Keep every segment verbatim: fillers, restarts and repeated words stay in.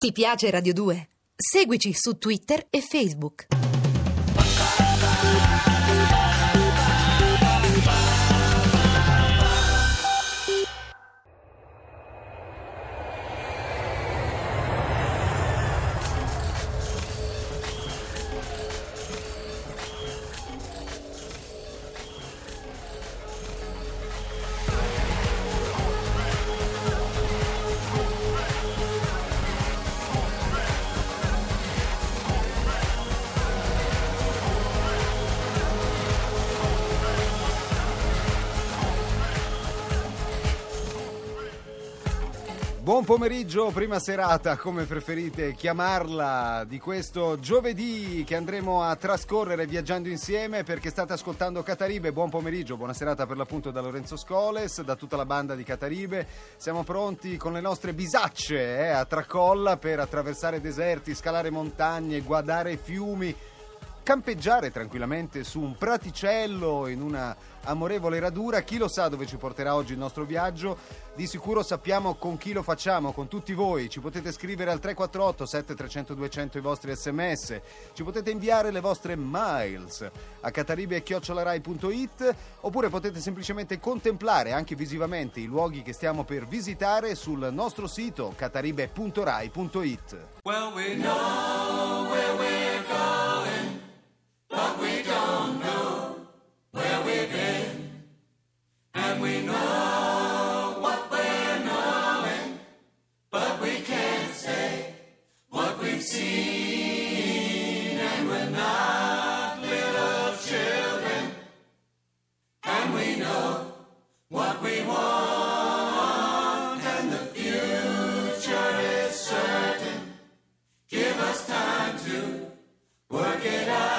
Ti piace Radio due? Seguici su Twitter e Facebook. Buon pomeriggio, prima serata, come preferite chiamarla, di questo giovedì che andremo a trascorrere viaggiando insieme, perché state ascoltando Cataribe. Buon pomeriggio, buona serata per l'appunto da Lorenzo Scoles, da tutta la banda di Cataribe. Siamo pronti con le nostre bisacce eh, a tracolla per attraversare deserti, scalare montagne, guardare fiumi, campeggiare tranquillamente su un praticello in una amorevole radura. Chi lo sa dove ci porterà oggi il nostro viaggio? Di sicuro sappiamo con chi lo facciamo, con tutti voi. Ci potete scrivere al tre quattro otto sette tre zero zero due zero zero i vostri sms, ci potete inviare le vostre miles a cataribe chiocciola rai punto it, oppure potete semplicemente contemplare anche visivamente i luoghi che stiamo per visitare sul nostro sito cataribe punto rai punto it. Well, we know where we're going, but we don't know where we've been, and we know what we're knowing, but we can't say what we've seen, and we're not little children, and we know what we want, and the future is certain. Give us time to work it out.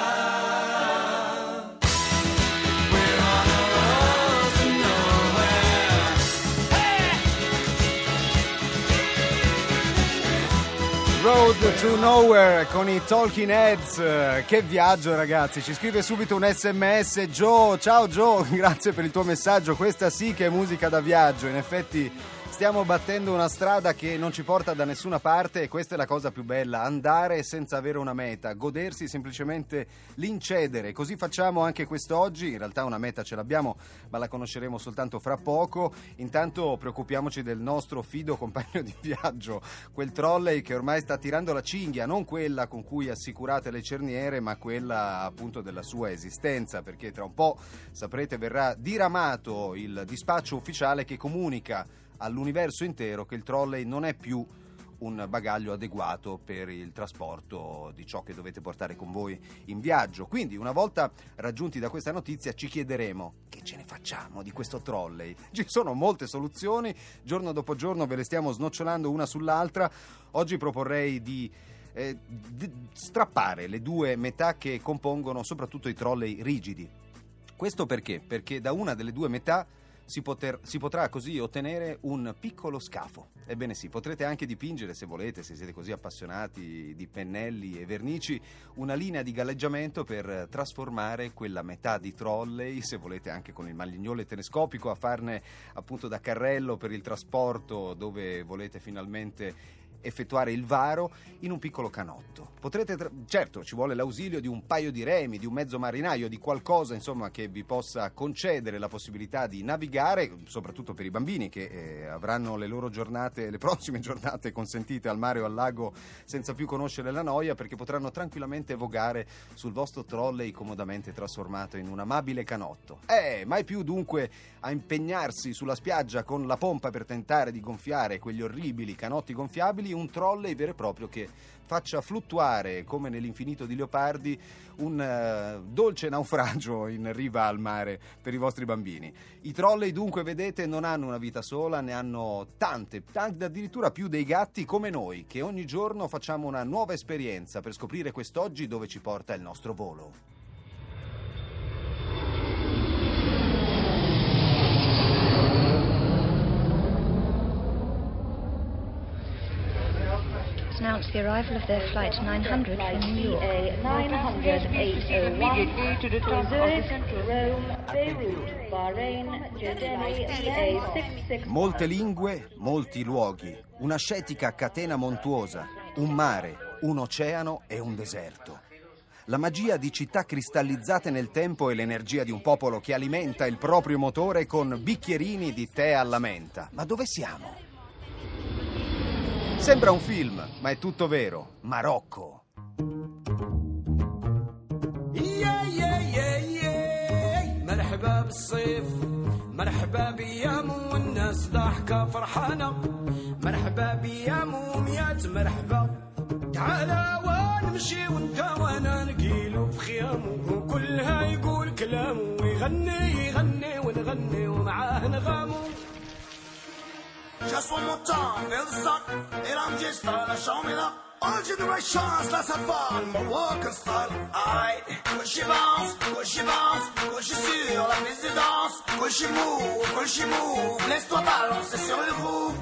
Road to Nowhere con i Talking Heads. Che viaggio, ragazzi. Ci scrive subito un sms Joe. Ciao Joe, grazie per il tuo messaggio. Questa sì che è musica da viaggio. In effetti stiamo battendo una strada che non ci porta da nessuna parte, e questa è la cosa più bella: andare senza avere una meta, godersi semplicemente l'incedere. Così facciamo anche quest'oggi. In realtà una meta ce l'abbiamo, ma la conosceremo soltanto fra poco. Intanto preoccupiamoci del nostro fido compagno di viaggio, quel trolley che ormai sta tirando la cinghia, non quella con cui assicurate le cerniere, ma quella appunto della sua esistenza, perché tra un po', saprete, verrà diramato il dispaccio ufficiale che comunica all'universo intero che il trolley non è più un bagaglio adeguato per il trasporto di ciò che dovete portare con voi in viaggio. Quindi, una volta raggiunti da questa notizia, ci chiederemo: che ce ne facciamo di questo trolley? Ci sono molte soluzioni, giorno dopo giorno ve le stiamo snocciolando una sull'altra. Oggi proporrei di eh, d- strappare le due metà che compongono soprattutto i trolley rigidi. Questo perché? Perché da una delle due metà Si, poter, si potrà così ottenere un piccolo scafo. Ebbene sì, potrete anche dipingere, se volete, se siete così appassionati di pennelli e vernici, una linea di galleggiamento per trasformare quella metà di trolley, se volete anche con il malignone telescopico, a farne appunto da carrello per il trasporto dove volete finalmente effettuare il varo, in un piccolo canotto. Potrete, tra... certo, ci vuole l'ausilio di un paio di remi, di un mezzo marinaio, di qualcosa insomma che vi possa concedere la possibilità di navigare, soprattutto per i bambini che eh, avranno le loro giornate, le prossime giornate consentite al mare o al lago senza più conoscere la noia, perché potranno tranquillamente vogare sul vostro trolley comodamente trasformato in un amabile canotto. Eh, mai più dunque a impegnarsi sulla spiaggia con la pompa per tentare di gonfiare quegli orribili canotti gonfiabili, un trolley vero e proprio che faccia fluttuare, come nell'infinito di Leopardi, un uh, dolce naufragio in riva al mare per i vostri bambini. I trolley dunque, vedete, non hanno una vita sola, ne hanno tante, tante, addirittura più dei gatti, come noi, che ogni giorno facciamo una nuova esperienza per scoprire quest'oggi dove ci porta il nostro volo. Announce the arrival of their flight nine hundred from New York. nine hundred eight oh one to Zurich, Rome, Beirut, Bahrain, Jeddah, E A sessantasei. Molte lingue, molti luoghi, una scetica catena montuosa. un mare, un oceano e un deserto. La magia di città cristallizzate nel tempo e l'energia di un popolo che alimenta il proprio motore con bicchierini di tè alla menta. Ma dove siamo? Sembra un film, ma è tutto vero. Marocco. يا يا يا يا مرحبا بالصيف مرحبا بيام والناس ضاحكة فرحانة مرحبا بيام وميات مرحبا تعالى ونمشي وانت وانا نقيلو في خيامو وكلها يقول كلامو ويغني يغني ونغني ومعاه نغامو Just one more time, nel sac et la gesta, lasciamela. All generations, let's have fun, my work and style. Aïe, couche bounce, couche bounce, couche sur la piste de danse. Couche move, couche move, laisse-toi balancer sur le groove.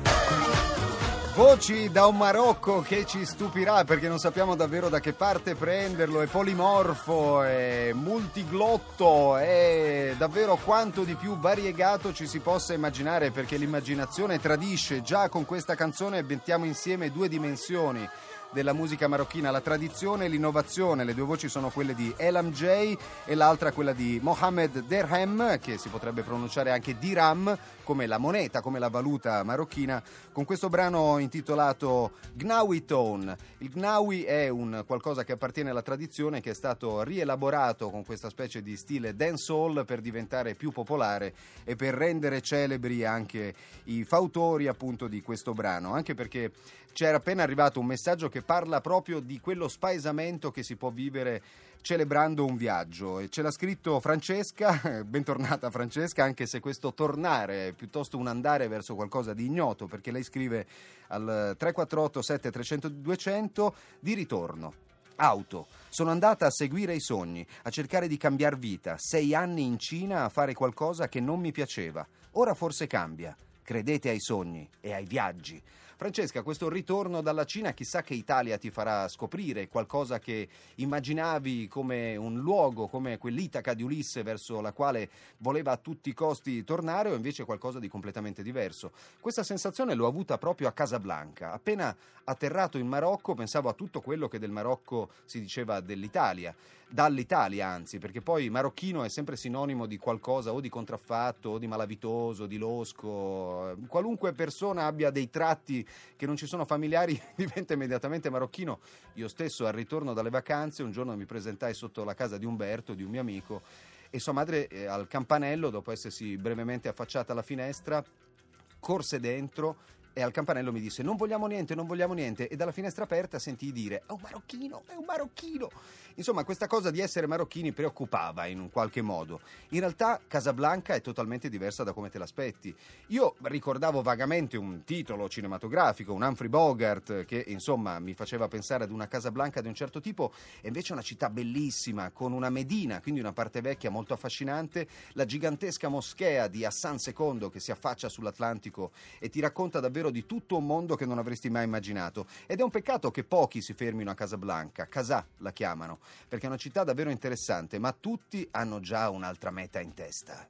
Voci da un Marocco che ci stupirà perché non sappiamo davvero da che parte prenderlo, è polimorfo, è multiglotto, è davvero quanto di più variegato ci si possa immaginare, perché l'immaginazione tradisce. Già con questa canzone mettiamo insieme due dimensioni della musica marocchina, la tradizione e l'innovazione. Le due voci sono quelle di Elam J e l'altra quella di Mohamed Derhem, che si potrebbe pronunciare anche Dirham, come la moneta, come la valuta marocchina, con questo brano intitolato Gnawi Tone. Il Gnawi è un qualcosa che appartiene alla tradizione, che è stato rielaborato con questa specie di stile dancehall per diventare più popolare e per rendere celebri anche i fautori appunto di questo brano, anche perché c'era appena arrivato un messaggio che parla proprio di quello spaesamento che si può vivere celebrando un viaggio, e ce l'ha scritto Francesca. Bentornata Francesca, anche se questo tornare è piuttosto un andare verso qualcosa di ignoto, perché lei scrive al tre quattro otto sette tre zero zero due zero zero di ritorno. Auto. Sono andata a seguire i sogni, a cercare di cambiar vita. Sei anni in Cina a fare qualcosa che non mi piaceva. Ora forse cambia. Credete ai sogni e ai viaggi. Francesca, questo ritorno dalla Cina, chissà che Italia ti farà scoprire, qualcosa che immaginavi come un luogo, come quell'Itaca di Ulisse verso la quale voleva a tutti i costi tornare, o invece qualcosa di completamente diverso. Questa sensazione l'ho avuta proprio a Casablanca. Appena atterrato in Marocco pensavo a tutto quello che del Marocco si diceva dell'Italia, dall'Italia anzi, perché poi marocchino è sempre sinonimo di qualcosa o di contraffatto o di malavitoso, di losco. Qualunque persona abbia dei tratti che non ci sono familiari diventa immediatamente marocchino. Io stesso al ritorno dalle vacanze un giorno mi presentai sotto la casa di Umberto, di un mio amico, e sua madre eh, al campanello, dopo essersi brevemente affacciata alla finestra, corse dentro e al campanello mi disse: non vogliamo niente, non vogliamo niente, e dalla finestra aperta sentii dire: è un marocchino, è un marocchino. Insomma, questa cosa di essere marocchini preoccupava in un qualche modo. In realtà Casablanca è totalmente diversa da come te l'aspetti. Io ricordavo vagamente un titolo cinematografico, un Humphrey Bogart, che insomma mi faceva pensare ad una Casablanca di un certo tipo, e invece è una città bellissima, con una medina, quindi una parte vecchia molto affascinante, la gigantesca moschea di Hassan secondo che si affaccia sull'Atlantico e ti racconta davvero di tutto un mondo che non avresti mai immaginato. Ed è un peccato che pochi si fermino a Casablanca, Casà la chiamano, perché è una città davvero interessante, ma tutti hanno già un'altra meta in testa.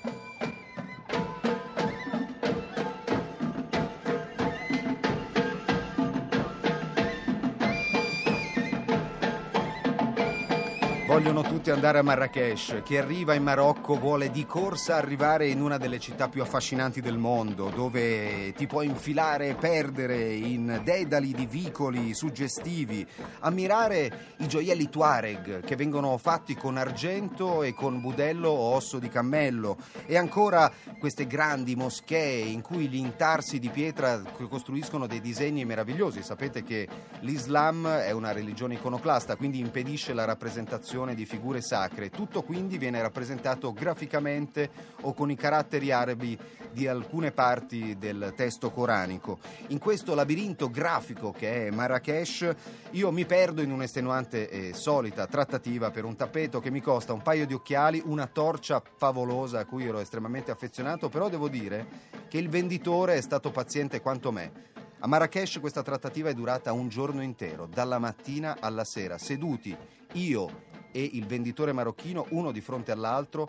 Vogliono tutti andare a Marrakech. Chi arriva in Marocco vuole di corsa arrivare in una delle città più affascinanti del mondo, dove ti puoi infilare e perdere in dedali di vicoli suggestivi, ammirare i gioielli Tuareg che vengono fatti con argento e con budello o osso di cammello, e ancora queste grandi moschee in cui gli intarsi di pietra costruiscono dei disegni meravigliosi. Sapete che l'Islam è una religione iconoclasta, quindi impedisce la rappresentazione di figure sacre. Tutto quindi viene rappresentato graficamente o con i caratteri arabi di alcune parti del testo coranico. In questo labirinto grafico che è Marrakech io mi perdo in un'estenuante e solita trattativa per un tappeto che mi costa un paio di occhiali, una torcia favolosa a cui ero estremamente affezionato, però devo dire che il venditore è stato paziente quanto me. A Marrakech questa trattativa è durata un giorno intero, dalla mattina alla sera, seduti io e il venditore marocchino uno di fronte all'altro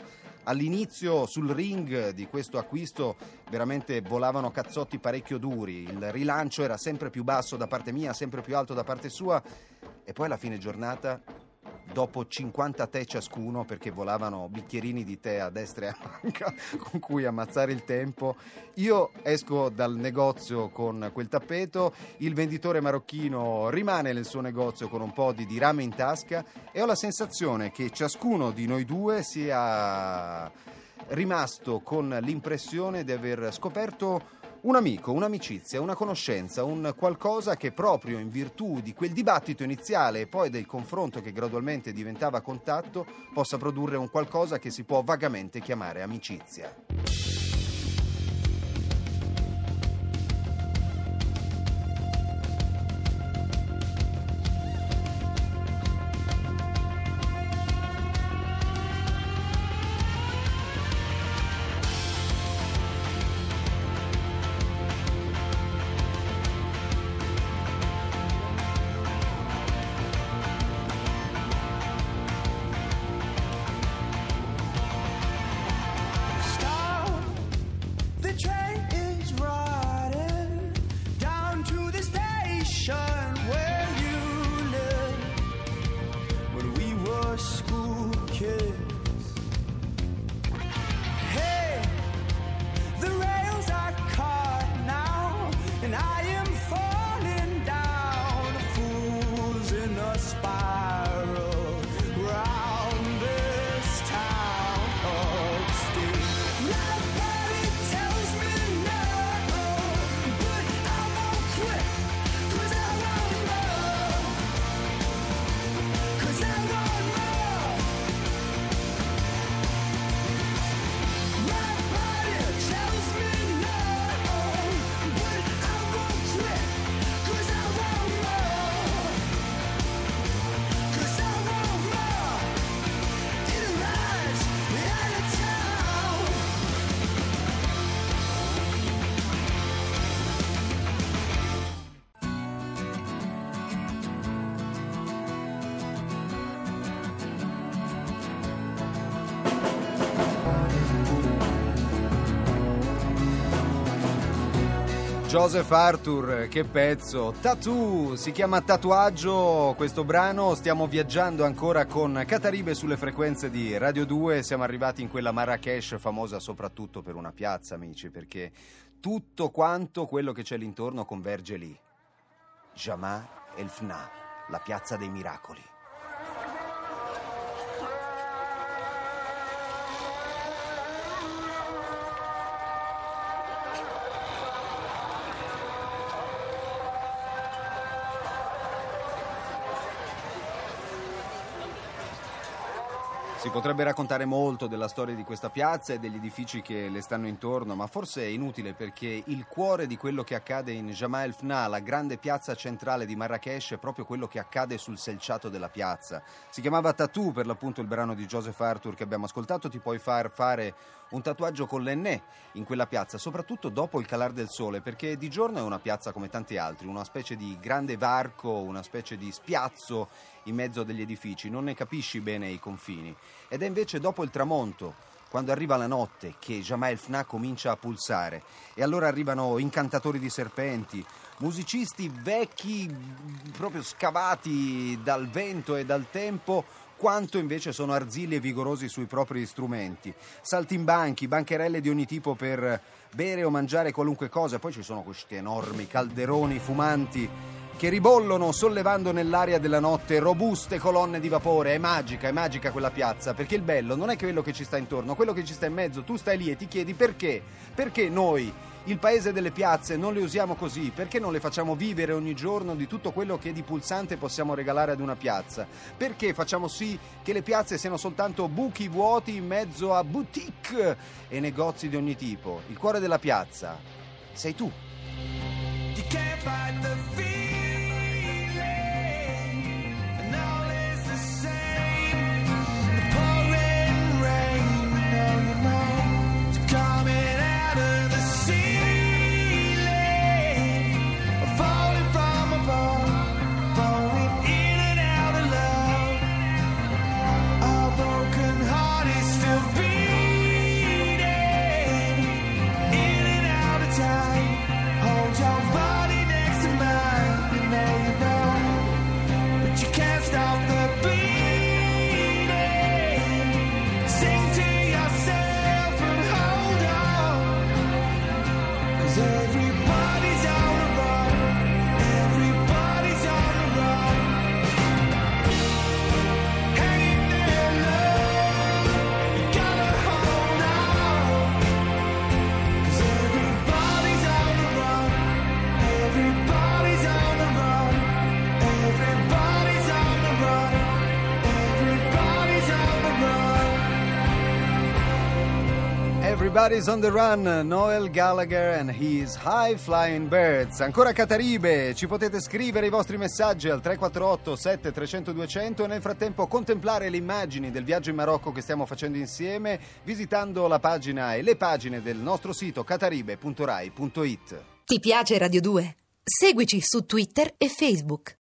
All'inizio sul ring di questo acquisto veramente volavano cazzotti parecchio duri, il rilancio era sempre più basso da parte mia, sempre più alto da parte sua, e poi alla fine giornata, dopo cinquanta tè ciascuno, perché volavano bicchierini di tè a destra e a manca con cui ammazzare il tempo, io esco dal negozio con quel tappeto, il venditore marocchino rimane nel suo negozio con un po' di dirame in tasca, e ho la sensazione che ciascuno di noi due sia rimasto con l'impressione di aver scoperto un amico, un'amicizia, una conoscenza, un qualcosa che proprio in virtù di quel dibattito iniziale e poi del confronto che gradualmente diventava contatto possa produrre un qualcosa che si può vagamente chiamare amicizia. Joseph Arthur, che pezzo, Tattoo, si chiama Tatuaggio questo brano. Stiamo viaggiando ancora con Cataribe sulle frequenze di Radio due, siamo arrivati in quella Marrakesh famosa soprattutto per una piazza, amici, perché tutto quanto quello che c'è l'intorno converge lì. Jemaa El Fna, la piazza dei miracoli. Si potrebbe raccontare molto della storia di questa piazza e degli edifici che le stanno intorno, ma forse è inutile, perché il cuore di quello che accade in Jemaa El Fna, la grande piazza centrale di Marrakesh, è proprio quello che accade sul selciato della piazza. Si chiamava Tattoo, per l'appunto, il brano di Joseph Arthur che abbiamo ascoltato. Ti puoi far fare un tatuaggio con l'ennè in quella piazza, soprattutto dopo il calar del sole, perché di giorno è una piazza come tanti altri, una specie di grande varco, una specie di spiazzo in mezzo degli edifici, non ne capisci bene i confini. Ed è invece dopo il tramonto, quando arriva la notte, che Jemaa El Fna comincia a pulsare, e allora arrivano incantatori di serpenti, musicisti vecchi, proprio scavati dal vento e dal tempo, quanto invece sono arzilli e vigorosi sui propri strumenti, saltimbanchi, bancherelle di ogni tipo per bere o mangiare qualunque cosa. Poi ci sono questi enormi calderoni fumanti che ribollono sollevando nell'aria della notte robuste colonne di vapore. È magica, è magica quella piazza, perché il bello non è quello che ci sta intorno, quello che ci sta in mezzo. Tu stai lì e ti chiedi perché, perché noi, il paese delle piazze, non le usiamo così, perché non le facciamo vivere ogni giorno di tutto quello che di pulsante possiamo regalare ad una piazza, perché facciamo sì che le piazze siano soltanto buchi vuoti in mezzo a boutique e negozi di ogni tipo. Il cuore della piazza sei tu. You can't fight the feeling, and all is the same. The pouring rain, now you know it's coming out of the ceiling, falling from above, falling in and out of love. Our broken heart is still beating. Everybody's on the run, Noel Gallagher and his High Flying Birds. Ancora Cataribe, ci potete scrivere i vostri messaggi al tre quattro otto sette tre zero zero due zero zero e nel frattempo contemplare le immagini del viaggio in Marocco che stiamo facendo insieme visitando la pagina e le pagine del nostro sito cataribe punto rai punto it. Ti piace Radio due? Seguici su Twitter e Facebook.